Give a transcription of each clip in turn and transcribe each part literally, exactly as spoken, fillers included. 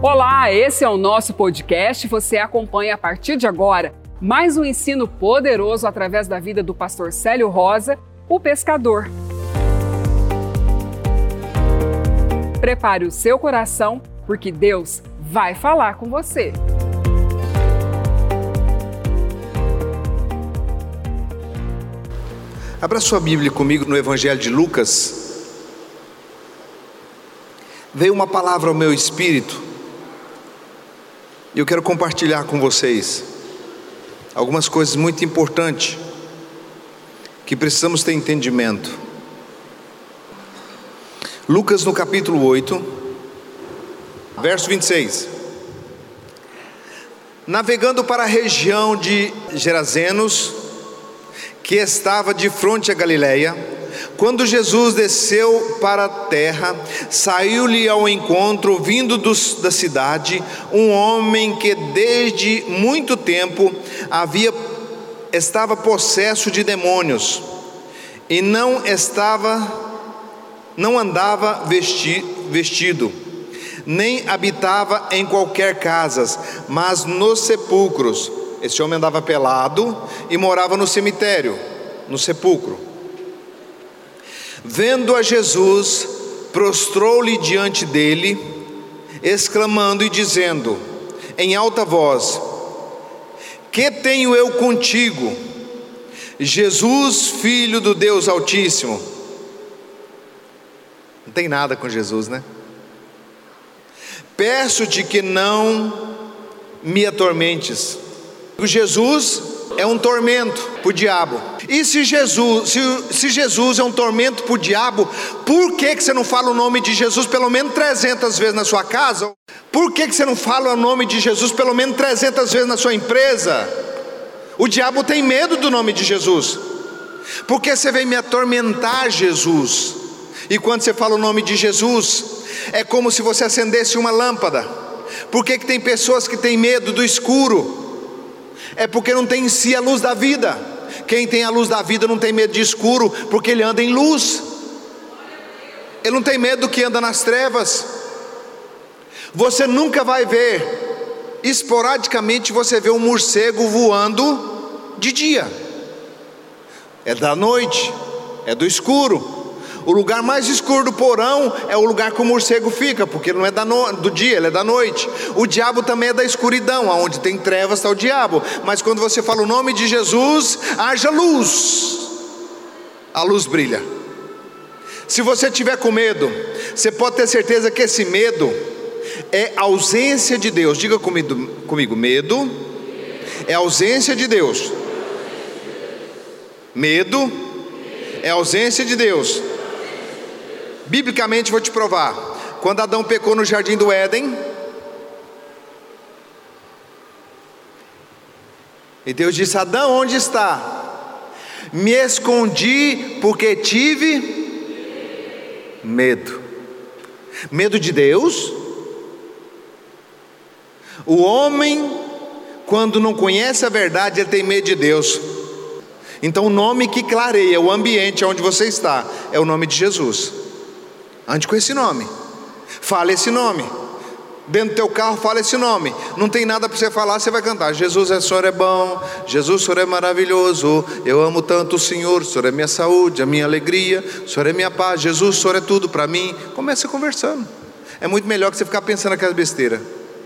Olá, esse é o nosso podcast. Você acompanha a partir de agora mais um ensino poderoso através da vida do pastor Célio Rosa, o pescador. Prepare o seu coração, porque Deus vai falar com você. Abra sua Bíblia comigo no Evangelho de Lucas. Veio uma palavra ao meu espírito e eu quero compartilhar com vocês algumas coisas muito importantes que precisamos ter entendimento. Lucas no capítulo oito, verso vinte e seis. Navegando para a região de Gerazenos, que estava de frente a Galileia, quando Jesus desceu para a terra, saiu-lhe ao encontro, vindo dos, da cidade, um homem que desde muito tempo havia, estava possesso de demônios, e não estava, não andava vesti, vestido, nem habitava em qualquer casa, mas nos sepulcros. Esse homem andava pelado e morava no cemitério, no sepulcro. Vendo a Jesus, prostrou-lhe diante dele, exclamando e dizendo em alta voz: que tenho eu contigo, Jesus, Filho do Deus Altíssimo? Não tem nada com Jesus, né? Peço-te que não me atormentes. Jesus é um tormento para o diabo. E se Jesus, se, se Jesus é um tormento para o diabo, por que, que você não fala o nome de Jesus pelo menos trezentas vezes na sua casa? Por que, que você não fala o nome de Jesus pelo menos trezentas vezes na sua empresa? O diabo tem medo do nome de Jesus. Porque você vem me atormentar, Jesus? E quando você fala o nome de Jesus, é como se você acendesse uma lâmpada. Por que, que tem pessoas que têm medo do escuro? É porque não tem em si a luz da vida. Quem tem a luz da vida não tem medo de escuro, porque ele anda em luz. Ele não tem medo do que anda nas trevas. Você nunca vai ver, esporadicamente você vê um morcego voando de dia. É da noite, é do escuro. O lugar mais escuro do porão é o lugar que o morcego fica, porque ele não é da no... do dia, ele é da noite. O diabo também é da escuridão, aonde tem trevas está o diabo. Mas quando você fala o nome de Jesus, haja luz, a luz brilha. Se você tiver com medo, você pode ter certeza que esse medo é ausência de Deus. Diga comigo, comigo, medo é ausência de Deus. Medo é ausência de Deus. Biblicamente vou te provar. Quando Adão pecou no jardim do Éden, e Deus disse: Adão, onde está? Me escondi porque tive medo. Medo de Deus? O homem, quando não conhece a verdade, ele tem medo de Deus. Então o nome que clareia o ambiente onde você está é o nome de Jesus. Ande com esse nome, fale esse nome. Dentro do teu carro, fala esse nome. Não tem nada para você falar, você vai cantar: Jesus, o Senhor é bom, Jesus, o Senhor é maravilhoso, eu amo tanto o Senhor, o Senhor é minha saúde, a minha alegria, o Senhor é minha paz, Jesus, o Senhor é tudo para mim. Comece conversando. É muito melhor que você ficar pensando aquelas besteiras.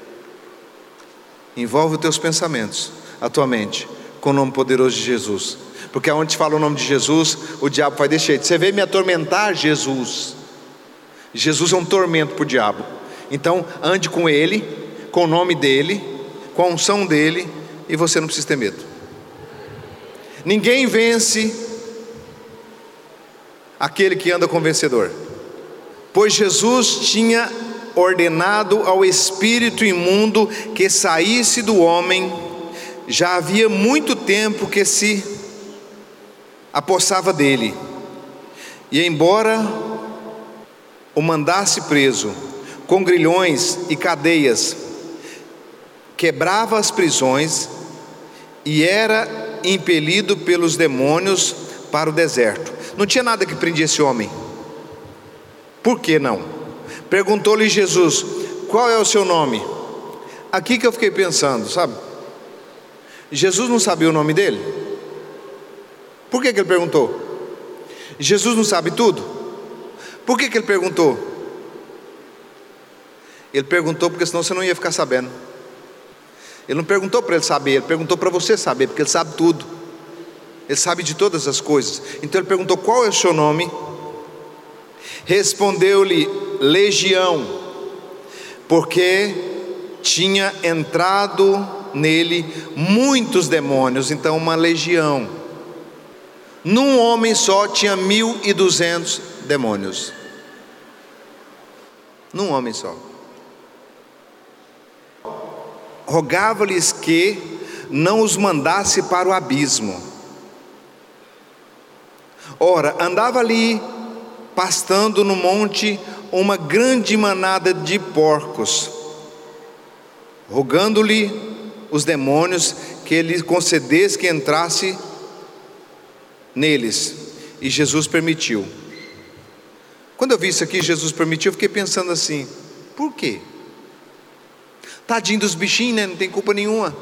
Envolve os teus pensamentos, a tua mente, com o nome poderoso de Jesus. Porque aonde te fala o nome de Jesus, o diabo vai deixar. Você veio me atormentar, Jesus. Jesus é um tormento para o diabo. Então ande com ele, com o nome dele, com a unção dele, e você não precisa ter medo. Ninguém vence aquele que anda com vencedor. Pois Jesus tinha ordenado ao espírito imundo que saísse do homem. Já havia muito tempo que se apossava dele, e embora o mandasse preso com grilhões e cadeias, quebrava as prisões e era impelido pelos demônios para o deserto. Não tinha nada que prendia esse homem. Por que não? Perguntou-lhe Jesus: qual é o seu nome? Aqui que eu fiquei pensando, sabe? Jesus não sabia o nome dele? Por que que ele perguntou? Jesus não sabe tudo? Por que que ele perguntou? Ele perguntou porque senão você não ia ficar sabendo. Ele não perguntou para ele saber, ele perguntou para você saber, porque ele sabe tudo. Ele sabe de todas as coisas. Então ele perguntou: qual é o seu nome? Respondeu-lhe: Legião, porque tinha entrado nele muitos demônios. Então uma legião. Num homem só tinha mil e duzentos demônios. Num homem só. Rogava-lhes que não os mandasse para o abismo. Ora, andava ali pastando no monte uma grande manada de porcos, rogando-lhe os demônios que ele concedesse que entrasse neles, e Jesus permitiu. Quando eu vi isso aqui, Jesus permitiu, eu fiquei pensando assim: por quê? Tadinho dos bichinhos, né? Não tem culpa nenhuma.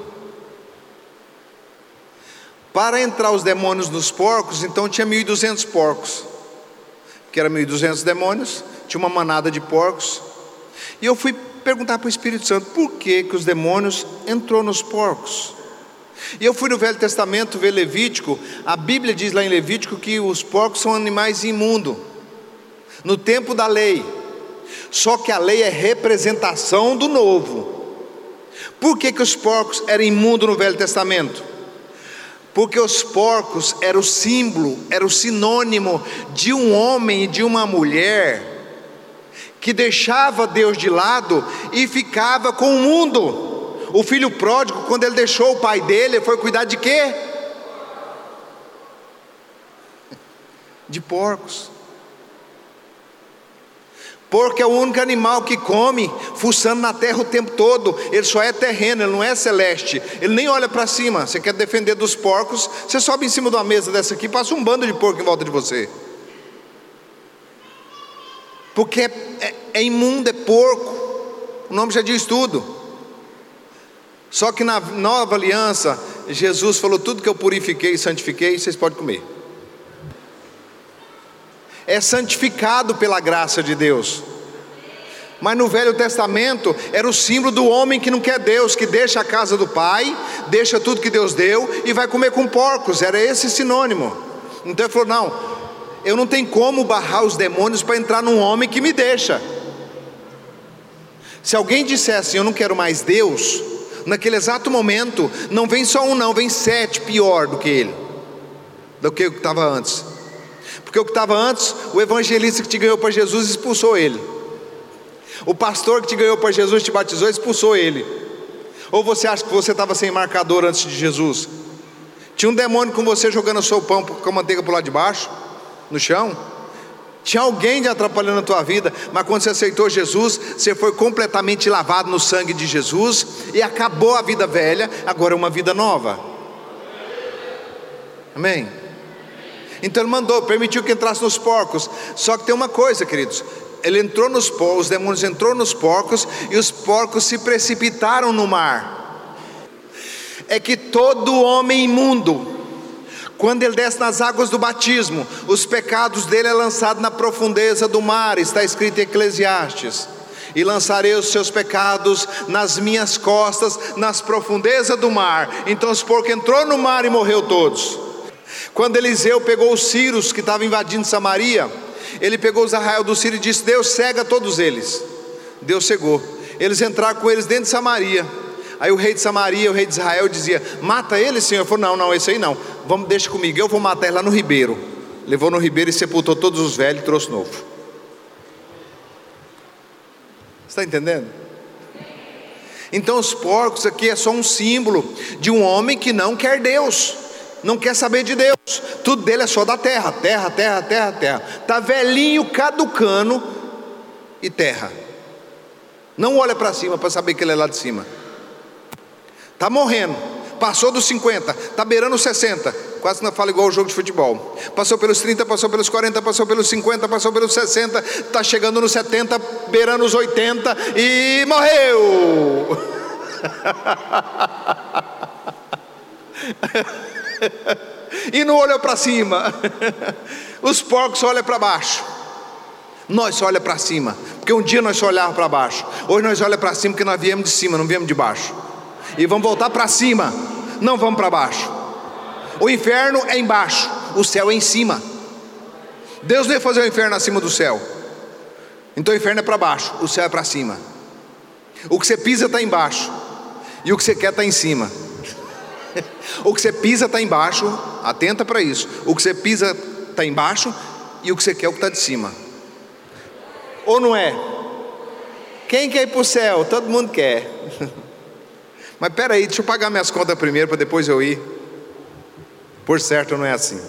Para entrar os demônios nos porcos, então tinha mil e duzentos porcos, que era mil e duzentos demônios, tinha uma manada de porcos. E eu fui perguntar para o Espírito Santo: por que que os demônios entrou nos porcos? E eu fui no Velho Testamento ver Levítico. A Bíblia diz lá em Levítico que os porcos são animais imundos, no tempo da lei. Só que a lei é representação do novo. Por que que os porcos eram imundos no Velho Testamento? Porque os porcos eram o símbolo, era o sinônimo de um homem e de uma mulher que deixava Deus de lado e ficava com o mundo. O filho pródigo, quando ele deixou o pai dele, ele foi cuidar de quê? De porcos. Porco é o único animal que come, fuçando na terra o tempo todo. Ele só é terreno, ele não é celeste. Ele nem olha para cima. Você quer defender dos porcos, você sobe em cima de uma mesa dessa aqui, passa um bando de porco em volta de você. Porque é, é, é imundo, é porco. O nome já diz tudo. Só que na nova aliança, Jesus falou: tudo que eu purifiquei e santifiquei, vocês podem comer. É santificado pela graça de Deus. Mas no Velho Testamento era o símbolo do homem que não quer Deus, que deixa a casa do pai, deixa tudo que Deus deu e vai comer com porcos. Era esse sinônimo. Então ele falou: não, eu não tenho como barrar os demônios para entrar num homem que me deixa. Se alguém disser assim: eu não quero mais Deus, naquele exato momento não vem só um não, vem sete pior do que ele, do que o que estava antes. Porque o que estava antes, o evangelista que te ganhou para Jesus expulsou ele. O pastor que te ganhou para Jesus te batizou, expulsou ele. Ou você acha que você estava sem marcador antes de Jesus? Tinha um demônio com você jogando o seu pão com a manteiga para o lado de baixo, no chão. Tinha alguém te atrapalhando a tua vida. Mas quando você aceitou Jesus, você foi completamente lavado no sangue de Jesus, e acabou a vida velha, agora é uma vida nova. Amém? Então ele mandou, permitiu que entrasse nos porcos. Só que tem uma coisa, queridos: ele entrou nos porcos, os demônios entrou nos porcos, e os porcos se precipitaram no mar. É que todo homem imundo, quando ele desce nas águas do batismo, os pecados dele é lançado na profundeza do mar. Está escrito em Eclesiastes: e lançarei os seus pecados nas minhas costas, nas profundezas do mar. Então os porcos entrou no mar e morreu todos. Quando Eliseu pegou os sírios que estavam invadindo Samaria, ele pegou os arraiais do Sírio e disse: Deus, cega todos eles. Deus cegou. Eles entraram com eles dentro de Samaria. Aí o rei de Samaria, o rei de Israel dizia: mata ele, Senhor. Ele falou: não, não, esse aí não, vamos, deixa comigo, eu vou matar ele lá no ribeiro. Levou no ribeiro e sepultou todos os velhos e trouxe novo. Está entendendo? Então os porcos aqui é só um símbolo de um homem que não quer Deus, não quer saber de Deus. Tudo dele é só da terra, terra, terra, terra, terra. Está velhinho, caducando e terra. Não olha para cima para saber que ele é lá de cima. Está morrendo, passou dos cinquenta, está beirando os sessenta, quase não fala igual o jogo de futebol. Passou pelos trinta, passou pelos quarenta, passou pelos cinquenta, passou pelos sessenta, está chegando nos setenta, beirando os oitenta e morreu. E não olhou para cima. Os porcos só olham para baixo. Nós só olhamos para cima, porque um dia nós só olhávamos para baixo. Hoje nós olhamos para cima, porque nós viemos de cima, não viemos de baixo. E vamos voltar para cima, não vamos para baixo. O inferno é embaixo, o céu é em cima. Deus não ia fazer o inferno acima do céu. Então o inferno é para baixo, o céu é para cima. O que você pisa está embaixo, e o que você quer está em cima. O que você pisa está embaixo, atenta para isso. O que você pisa está embaixo, e o que você quer é o que está de cima. Ou não é? Quem quer ir para o céu? Todo mundo quer. Mas espera aí, deixa eu pagar minhas contas primeiro, para depois eu ir. Por certo não é assim.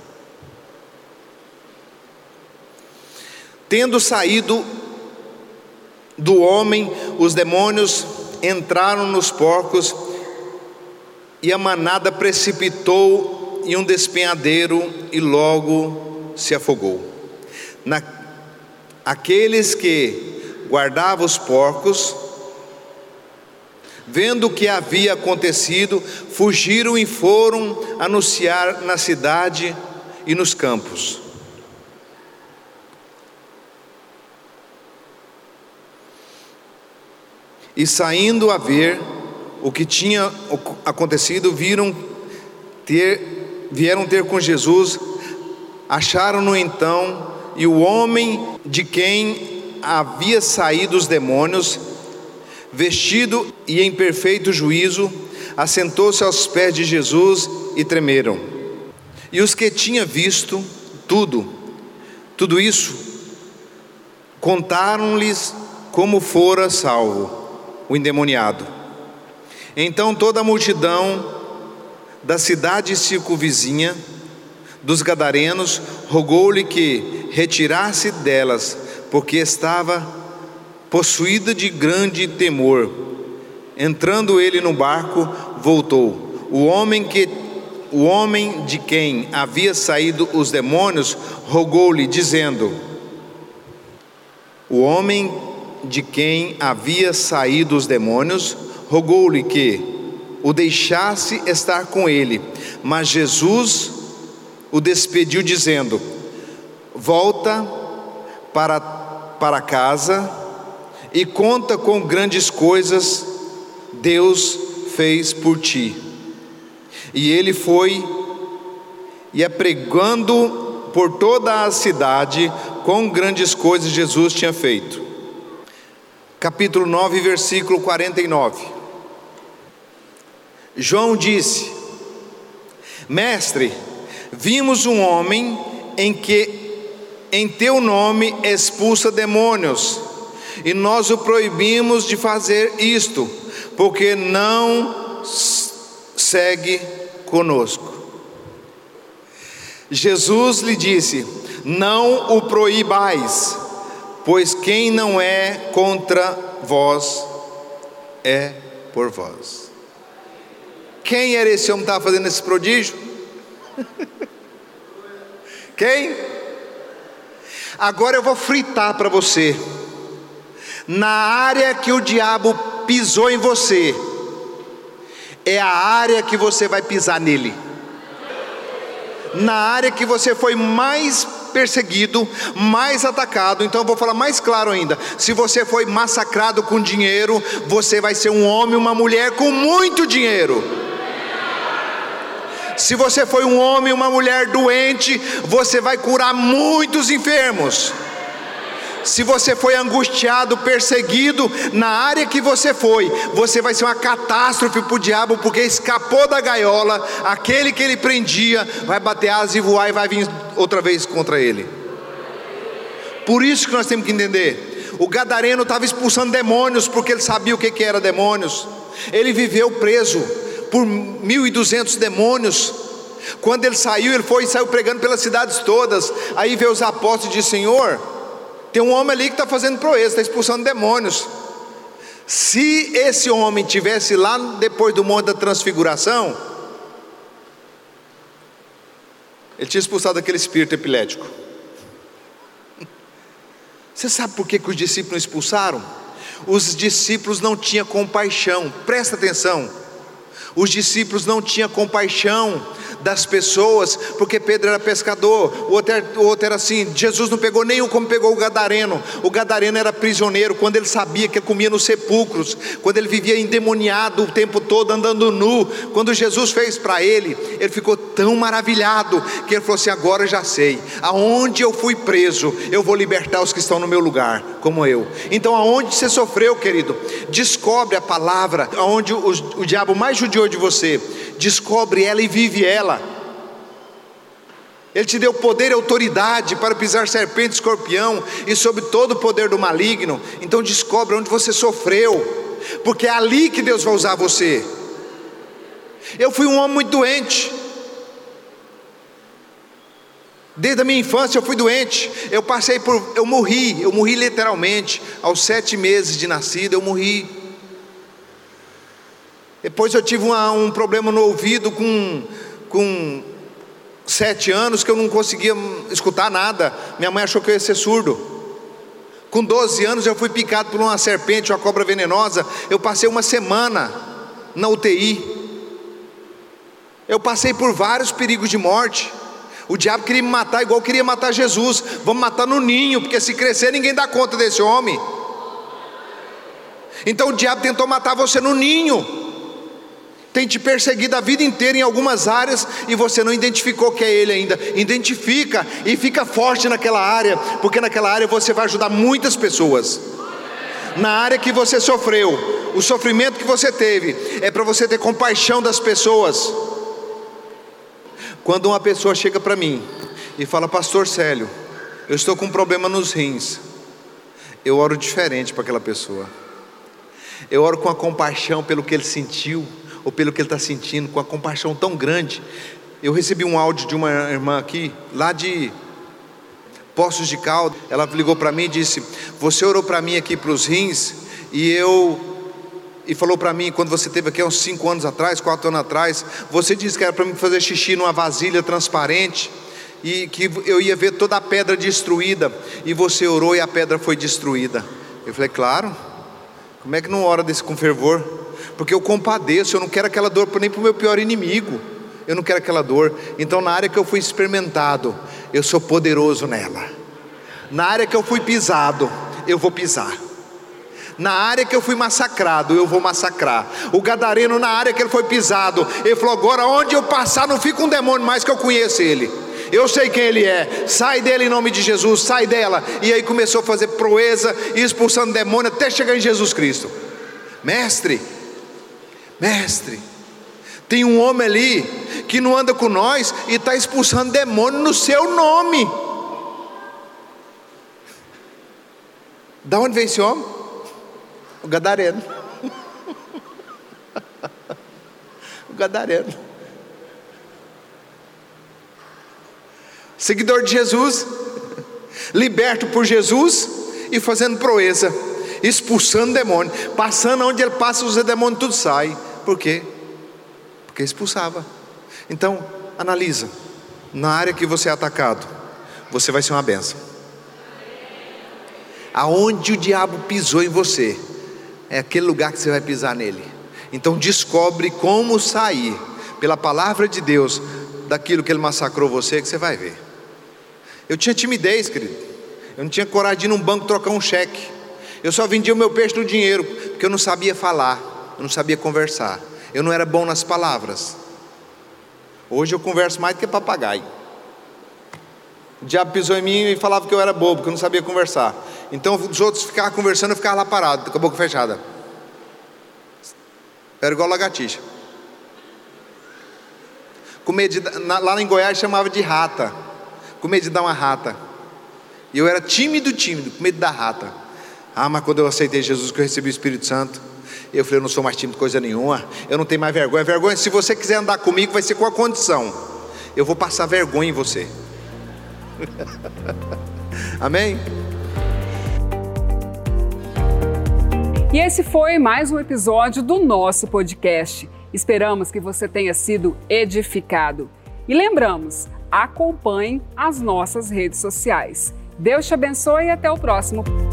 Tendo saído do homem, os demônios entraram nos porcos, e a manada precipitou em um despenhadeiro e logo se afogou. Na, aqueles que guardavam os porcos, vendo o que havia acontecido, fugiram e foram anunciar na cidade e nos campos. E saindo a ver o que tinha acontecido, viram ter, vieram ter com Jesus, acharam-no então, e o homem de quem havia saído os demônios, vestido e em perfeito juízo, assentou-se aos pés de Jesus e tremeram. E os que tinham visto tudo, tudo isso, contaram-lhes como fora salvo o endemoniado. Então toda a multidão da cidade circunvizinha, dos gadarenos, rogou-lhe que retirasse delas, porque estava possuída de grande temor. Entrando ele no barco, voltou. O homem que o homem de quem havia saído os demônios rogou-lhe, dizendo: O homem de quem havia saído os demônios rogou-lhe que o deixasse estar com ele. Mas Jesus o despediu, dizendo: Volta para, para casa e conta com grandes coisas Deus fez por ti. E ele foi e apregando por toda a cidade quão grandes coisas Jesus tinha feito. Capítulo nove, versículo quarenta e nove. João disse: Mestre, vimos um homem em que em teu nome expulsa demônios, e nós o proibimos de fazer isto, porque não segue conosco. Jesus lhe disse: Não o proibais, pois quem não é contra vós é por vós. Quem era esse homem que estava fazendo esse prodígio? Quem? Agora eu vou fritar para você. Na área que o diabo pisou em você, é a área que você vai pisar nele. Na área que você foi mais perseguido, mais atacado. Então eu vou falar mais claro ainda: se você foi massacrado com dinheiro, você vai ser um homem, uma mulher com muito dinheiro. Se você foi um homem, uma mulher doente, você vai curar muitos enfermos. Se você foi angustiado, perseguido, na área que você foi, você vai ser uma catástrofe para o diabo, porque escapou da gaiola. Aquele que ele prendia vai bater asas e voar, e vai vir outra vez contra ele. Por isso que nós temos que entender: o gadareno estava expulsando demônios, porque ele sabia o que, que era demônios. Ele viveu preso por mil e duzentos demônios. Quando ele saiu, ele foi e saiu pregando pelas cidades todas. Aí veio os apóstolos e disse: Senhor, tem um homem ali que está fazendo proeza, está expulsando demônios. Se esse homem tivesse lá depois do monte da transfiguração, Ele tinha expulsado aquele espírito epilético. Você sabe por que, que os discípulos não expulsaram? Os discípulos não tinham compaixão. Presta atenção. Os discípulos não tinham compaixão das pessoas, porque Pedro era pescador, o outro era, o outro era assim. Jesus não pegou nenhum como pegou o gadareno. O gadareno era prisioneiro, quando ele sabia que ele comia nos sepulcros, quando ele vivia endemoniado o tempo todo, andando nu. Quando Jesus fez para ele, ele ficou tão maravilhado, que ele falou assim: agora eu já sei, aonde eu fui preso, eu vou libertar os que estão no meu lugar, como eu. Então aonde você sofreu, querido, descobre a palavra, aonde o, o diabo mais judiou de você, descobre ela e vive ela. Ele te deu poder e autoridade para pisar serpente, escorpião e sobre todo o poder do maligno. Então descobre onde você sofreu, porque é ali que Deus vai usar você. Eu fui um homem muito doente. Desde a minha infância eu fui doente. Eu passei por, eu morri, eu morri literalmente. Aos sete meses de nascido eu morri. Depois eu tive uma, um problema no ouvido com, com sete anos, que eu não conseguia escutar nada. Minha mãe achou que eu ia ser surdo. Com doze anos eu fui picado por uma serpente, uma cobra venenosa. Eu passei uma semana na U T I. Eu passei por vários perigos de morte. O diabo queria me matar igual queria matar Jesus. Vamos matar no ninho, porque se crescer ninguém dá conta desse homem. Então o diabo tentou matar você no ninho. Tem te perseguido a vida inteira em algumas áreas, e você não identificou que é ele ainda. Identifica e fica forte naquela área, porque naquela área você vai ajudar muitas pessoas. Na área que você sofreu, o sofrimento que você teve, é para você ter compaixão das pessoas. Quando uma pessoa chega para mim e fala: pastor Célio, eu estou com um problema nos rins, eu oro diferente para aquela pessoa. Eu oro com a compaixão pelo que ele sentiu, ou pelo que ele está sentindo, com a compaixão tão grande. Eu recebi um áudio de uma irmã aqui, lá de Poços de Caldas. Ela ligou para mim e disse: você orou para mim aqui para os rins, e eu... e falou para mim, quando você esteve aqui há uns cinco anos atrás, quatro anos atrás, você disse que era para mim fazer xixi numa vasilha transparente, e que eu ia ver toda a pedra destruída, e você orou e a pedra foi destruída. Eu falei: claro, como é que não ora desse com fervor? Porque eu compadeço, eu não quero aquela dor nem para o meu pior inimigo, eu não quero aquela dor. Então na área que eu fui experimentado, eu sou poderoso nela. Na área que eu fui pisado, eu vou pisar. Na área que eu fui massacrado, eu vou massacrar. O gadareno, na área que ele foi pisado, ele falou: agora onde eu passar não fica um demônio mais, que eu conheço ele, eu sei quem ele é, sai dele em nome de Jesus, sai dela. E aí começou a fazer proeza, expulsando demônio, até chegar em Jesus Cristo. Mestre, mestre, tem um homem ali que não anda com nós e está expulsando demônio no seu nome. Da onde vem esse homem? O gadareno. O gadareno. Seguidor de Jesus, liberto por Jesus e fazendo proeza, expulsando demônio, passando onde ele passa, os demônios tudo sai. Por quê? Porque expulsava. Então analisa, na área que você é atacado, você vai ser uma bênção. Aonde o diabo pisou em você, é aquele lugar que você vai pisar nele. Então descobre como sair, pela palavra de Deus, daquilo que ele massacrou você, que você vai ver. Eu tinha timidez, querido. Eu não tinha coragem de ir num banco trocar um cheque. Eu só vendia o meu peixe no dinheiro, porque eu não sabia falar, eu não sabia conversar, eu não era bom nas palavras. Hoje eu converso mais do que papagaio. O diabo pisou em mim e falava que eu era bobo, que eu não sabia conversar. Então os outros ficavam conversando, eu ficava lá parado, com a boca fechada. Era igual lagartixa. Com medo de, lá em Goiás chamava de rata. Com medo de dar uma rata. E eu era tímido, tímido, com medo da rata. Ah, mas quando eu aceitei Jesus, que eu recebi o Espírito Santo, eu falei: eu não sou mais tímido coisa nenhuma, eu não tenho mais vergonha. Vergonha, se você quiser andar comigo, vai ser com a condição: eu vou passar vergonha em você. Amém? E esse foi mais um episódio do nosso podcast. Esperamos que você tenha sido edificado. E lembramos, acompanhe as nossas redes sociais. Deus te abençoe e até o próximo.